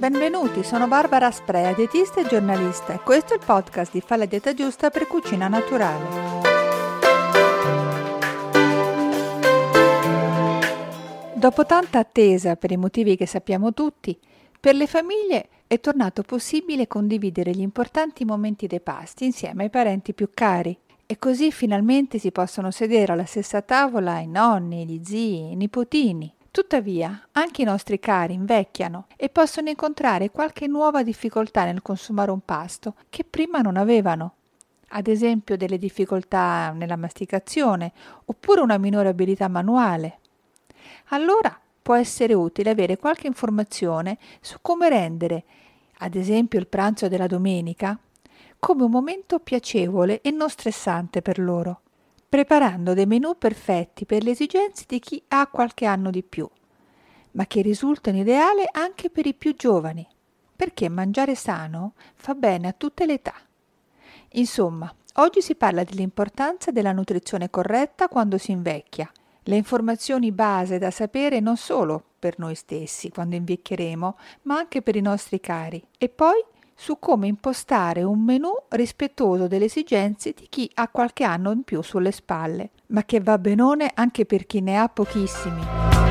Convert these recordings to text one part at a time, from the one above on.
Benvenuti, sono Barbara Sprea, dietista e giornalista, e questo è il podcast di Fa la dieta giusta per cucina naturale. Dopo tanta attesa, per i motivi che sappiamo tutti, per le famiglie è tornato possibile condividere gli importanti momenti dei pasti insieme ai parenti più cari. E così finalmente si possono sedere alla stessa tavola i nonni, gli zii, i nipotini. Tuttavia, anche i nostri cari invecchiano e possono incontrare qualche nuova difficoltà nel consumare un pasto che prima non avevano. Ad esempio delle difficoltà nella masticazione oppure una minore abilità manuale. Allora può essere utile avere qualche informazione su come rendere, ad esempio il pranzo della domenica, come un momento piacevole e non stressante per loro, preparando dei menù perfetti per le esigenze di chi ha qualche anno di più, ma che risultano ideali anche per i più giovani, perché mangiare sano fa bene a tutte le età. Insomma, oggi si parla dell'importanza della nutrizione corretta quando si invecchia, le informazioni base da sapere non solo per noi stessi quando invecchieremo, ma anche per i nostri cari, e poi su come impostare un menù rispettoso delle esigenze di chi ha qualche anno in più sulle spalle, ma che va benone anche per chi ne ha pochissimi.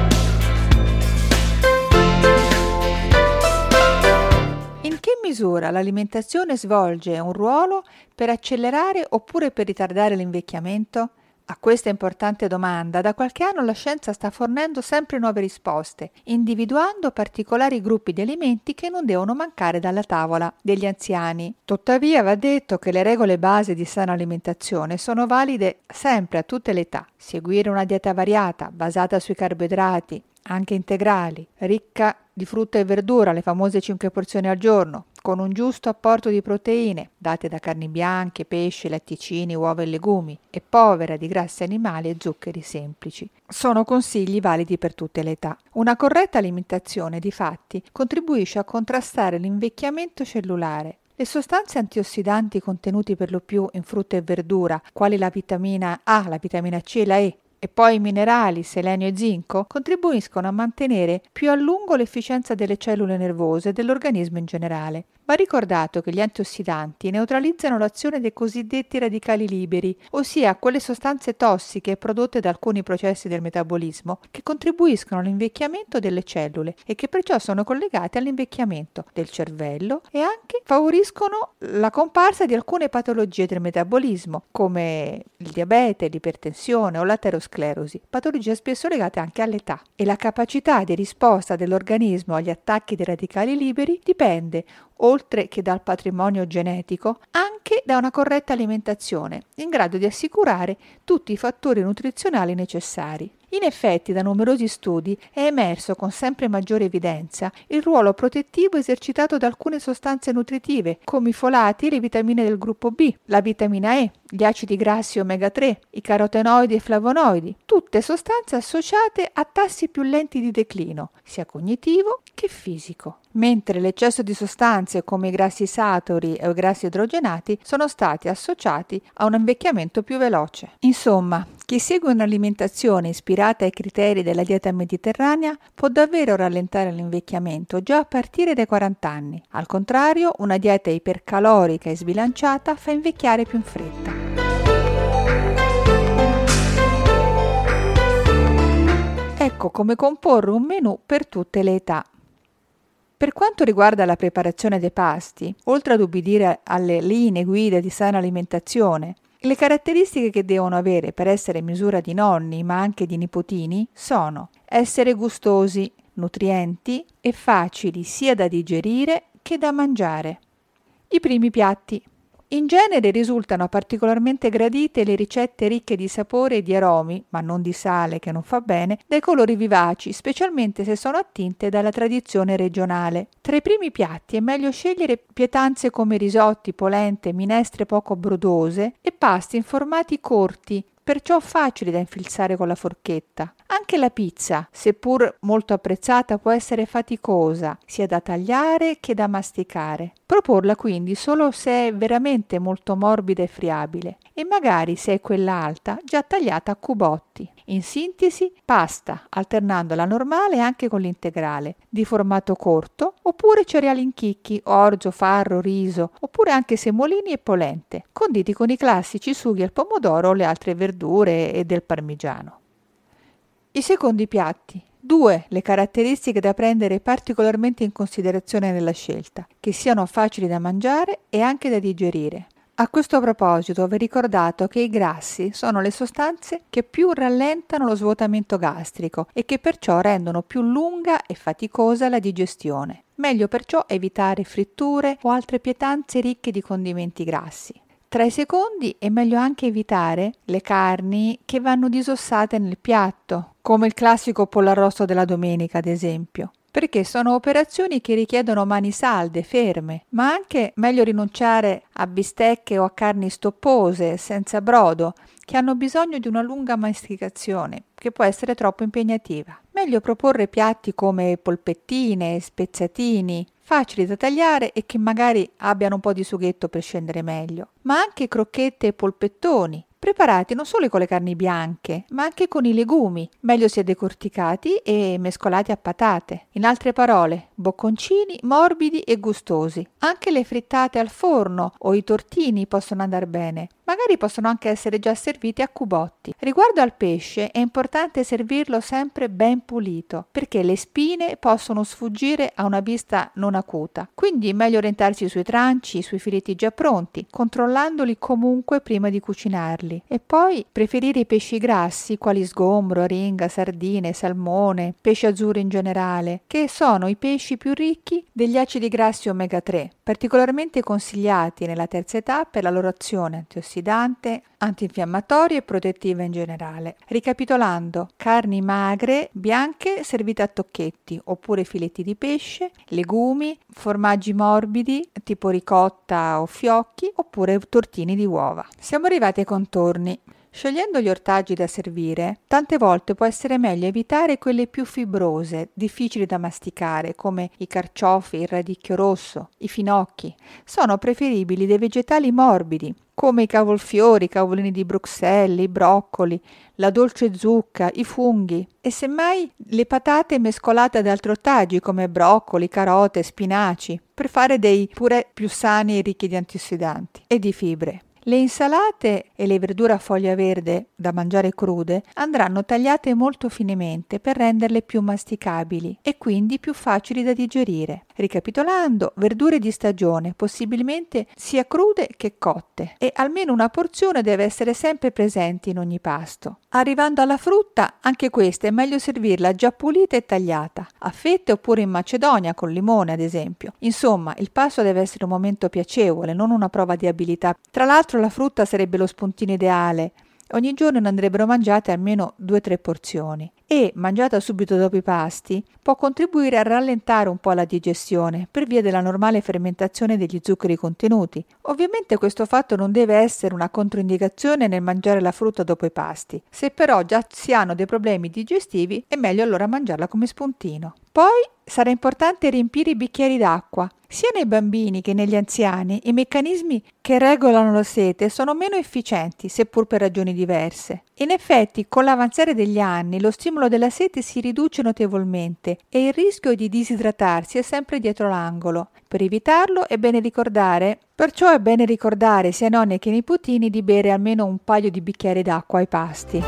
In che misura l'alimentazione svolge un ruolo per accelerare oppure per ritardare l'invecchiamento? A questa importante domanda, da qualche anno la scienza sta fornendo sempre nuove risposte, individuando particolari gruppi di alimenti che non devono mancare dalla tavola degli anziani. Tuttavia va detto che le regole base di sana alimentazione sono valide sempre a tutte le età. Seguire una dieta variata, basata sui carboidrati, anche integrali, ricca di frutta e verdura, le famose 5 porzioni al giorno, con un giusto apporto di proteine, date da carni bianche, pesce, latticini, uova e legumi, e povera di grassi animali e zuccheri semplici. Sono consigli validi per tutte le età. Una corretta alimentazione, difatti, contribuisce a contrastare l'invecchiamento cellulare. Le sostanze antiossidanti contenute per lo più in frutta e verdura, quali la vitamina A, la vitamina C e la E, e poi i minerali, selenio e zinco, contribuiscono a mantenere più a lungo l'efficienza delle cellule nervose e dell'organismo in generale. Va ricordato che gli antiossidanti neutralizzano l'azione dei cosiddetti radicali liberi, ossia quelle sostanze tossiche prodotte da alcuni processi del metabolismo che contribuiscono all'invecchiamento delle cellule e che perciò sono collegate all'invecchiamento del cervello e anche favoriscono la comparsa di alcune patologie del metabolismo, come il diabete, l'ipertensione o l'aterosclerosi, patologie spesso legate anche all'età. E la capacità di risposta dell'organismo agli attacchi dei radicali liberi dipende, oltre che dal patrimonio genetico, anche da una corretta alimentazione, in grado di assicurare tutti i fattori nutrizionali necessari. In effetti, da numerosi studi è emerso con sempre maggiore evidenza il ruolo protettivo esercitato da alcune sostanze nutritive, come i folati e le vitamine del gruppo B, la vitamina E, gli acidi grassi omega 3, i carotenoidi e flavonoidi, tutte sostanze associate a tassi più lenti di declino, sia cognitivo che fisico. Mentre l'eccesso di sostanze come i grassi saturi e i grassi idrogenati sono stati associati a un invecchiamento più veloce. Insomma, chi segue un'alimentazione ispirata ai criteri della dieta mediterranea può davvero rallentare l'invecchiamento già a partire dai 40 anni. Al contrario, una dieta ipercalorica e sbilanciata fa invecchiare più in fretta. Ecco come comporre un menù per tutte le età. Per quanto riguarda la preparazione dei pasti, oltre ad ubbidire alle linee guida di sana alimentazione, le caratteristiche che devono avere per essere misura di nonni, ma anche di nipotini, sono essere gustosi, nutrienti e facili sia da digerire che da mangiare. I primi piatti. In genere risultano particolarmente gradite le ricette ricche di sapore e di aromi, ma non di sale che non fa bene, dai colori vivaci, specialmente se sono attinte dalla tradizione regionale. Tra i primi piatti è meglio scegliere pietanze come risotti, polente, minestre poco brodose e pasti in formati corti, perciò facili da infilzare con la forchetta. Anche la pizza, seppur molto apprezzata, può essere faticosa, sia da tagliare che da masticare. Proporla quindi solo se è veramente molto morbida e friabile, e magari se è quella alta già tagliata a cubotti. In sintesi, pasta, alternando la normale anche con l'integrale, di formato corto, oppure cereali in chicchi, orzo, farro, riso, oppure anche semolini e polente, conditi con i classici sughi al pomodoro o le altre verdure e del parmigiano. I secondi piatti. 2. Le caratteristiche da prendere particolarmente in considerazione nella scelta, che siano facili da mangiare e anche da digerire. A questo proposito vi ricordato che i grassi sono le sostanze che più rallentano lo svuotamento gastrico e che perciò rendono più lunga e faticosa la digestione. Meglio perciò evitare fritture o altre pietanze ricche di condimenti grassi. Tra i secondi è meglio anche evitare le carni che vanno disossate nel piatto, come il classico pollo arrosto della domenica, ad esempio, perché sono operazioni che richiedono mani salde, ferme, ma anche meglio rinunciare a bistecche o a carni stoppose, senza brodo, che hanno bisogno di una lunga masticazione, che può essere troppo impegnativa. Meglio proporre piatti come polpettine, spezzatini, facili da tagliare e che magari abbiano un po' di sughetto per scendere meglio, ma anche crocchette e polpettoni, preparati non solo con le carni bianche, ma anche con i legumi, meglio se decorticati e mescolati a patate. In altre parole, bocconcini morbidi e gustosi. Anche le frittate al forno o i tortini possono andare bene. Magari possono anche essere già serviti a cubotti. Riguardo al pesce, è importante servirlo sempre ben pulito, perché le spine possono sfuggire a una vista non acuta. Quindi è meglio orientarsi sui tranci, sui filetti già pronti, controllandoli comunque prima di cucinarli. E poi preferire i pesci grassi, quali sgombro, aringa, sardine, salmone, pesce azzurro in generale, che sono i pesci più ricchi degli acidi grassi omega 3, particolarmente consigliati nella terza età per la loro azione antiossidanti, antinfiammatoria e protettiva in generale. Ricapitolando, carni magre, bianche, servite a tocchetti, oppure filetti di pesce, legumi, formaggi morbidi, tipo ricotta o fiocchi, oppure tortini di uova. Siamo arrivati ai contorni. Scegliendo gli ortaggi da servire, tante volte può essere meglio evitare quelle più fibrose, difficili da masticare, come i carciofi, il radicchio rosso, i finocchi. Sono preferibili dei vegetali morbidi, come i cavolfiori, i cavolini di Bruxelles, i broccoli, la dolce zucca, i funghi e semmai le patate mescolate ad altri ortaggi come broccoli, carote, spinaci, per fare dei purè più sani e ricchi di antiossidanti e di fibre. Le insalate e le verdure a foglia verde da mangiare crude andranno tagliate molto finemente per renderle più masticabili e quindi più facili da digerire. Ricapitolando, verdure di stagione, possibilmente sia crude che cotte, e almeno una porzione deve essere sempre presente in ogni pasto. Arrivando alla frutta, anche questa è meglio servirla già pulita e tagliata, a fette oppure in macedonia con limone ad esempio. Insomma, il pasto deve essere un momento piacevole, non una prova di abilità. Tra l'altro la frutta sarebbe lo spuntino ideale. Ogni giorno ne andrebbero mangiate almeno 2-3 porzioni e, mangiata subito dopo i pasti, può contribuire a rallentare un po' la digestione per via della normale fermentazione degli zuccheri contenuti. Ovviamente questo fatto non deve essere una controindicazione nel mangiare la frutta dopo i pasti. Se però già si hanno dei problemi digestivi, è meglio allora mangiarla come spuntino. Poi sarà importante riempire i bicchieri d'acqua. Sia nei bambini che negli anziani i meccanismi che regolano la sete sono meno efficienti, seppur per ragioni diverse. In effetti, con l'avanzare degli anni, lo stimolo della sete si riduce notevolmente e il rischio di disidratarsi è sempre dietro l'angolo. Per evitarlo perciò è bene ricordare sia ai nonni che ai nipotini di bere almeno un paio di bicchieri d'acqua ai pasti.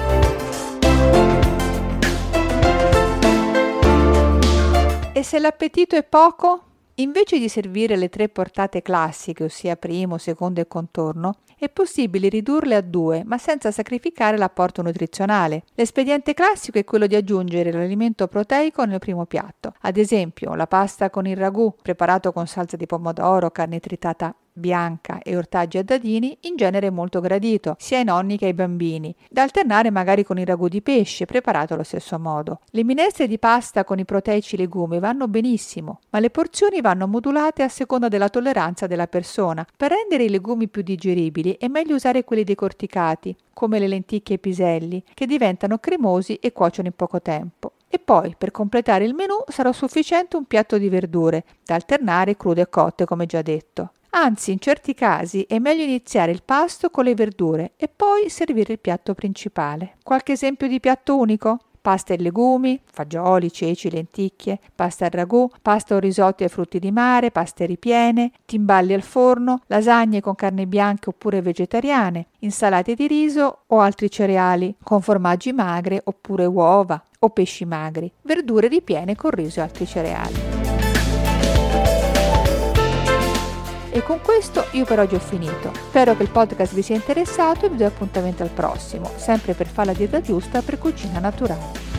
E se l'appetito è poco? Invece di servire le 3 portate classiche, ossia primo, secondo e contorno, è possibile ridurle a 2, ma senza sacrificare l'apporto nutrizionale. L'espediente classico è quello di aggiungere l'alimento proteico nel primo piatto. Ad esempio, la pasta con il ragù, preparato con salsa di pomodoro, carne tritata bianca e ortaggi a dadini, in genere è molto gradito sia ai nonni che ai bambini, da alternare magari con il ragù di pesce preparato allo stesso modo. Le minestre di pasta con i proteici legumi vanno benissimo, ma le porzioni vanno modulate a seconda della tolleranza della persona. Per rendere i legumi più digeribili è meglio usare quelli decorticati, come le lenticchie e i piselli, che diventano cremosi e cuociono in poco tempo. E poi, per completare il menù, sarà sufficiente un piatto di verdure, da alternare crude e cotte, come già detto. Anzi, in certi casi è meglio iniziare il pasto con le verdure e poi servire il piatto principale. Qualche esempio di piatto unico? Pasta e legumi, fagioli, ceci, lenticchie, pasta al ragù, pasta o risotti ai frutti di mare, paste ripiene, timballi al forno, lasagne con carni bianche oppure vegetariane, insalate di riso o altri cereali con formaggi magri oppure uova o pesci magri, verdure ripiene con riso e altri cereali. E con questo io per oggi ho finito. Spero che il podcast vi sia interessato e vi do appuntamento al prossimo, sempre per fare la dieta giusta per cucina naturale.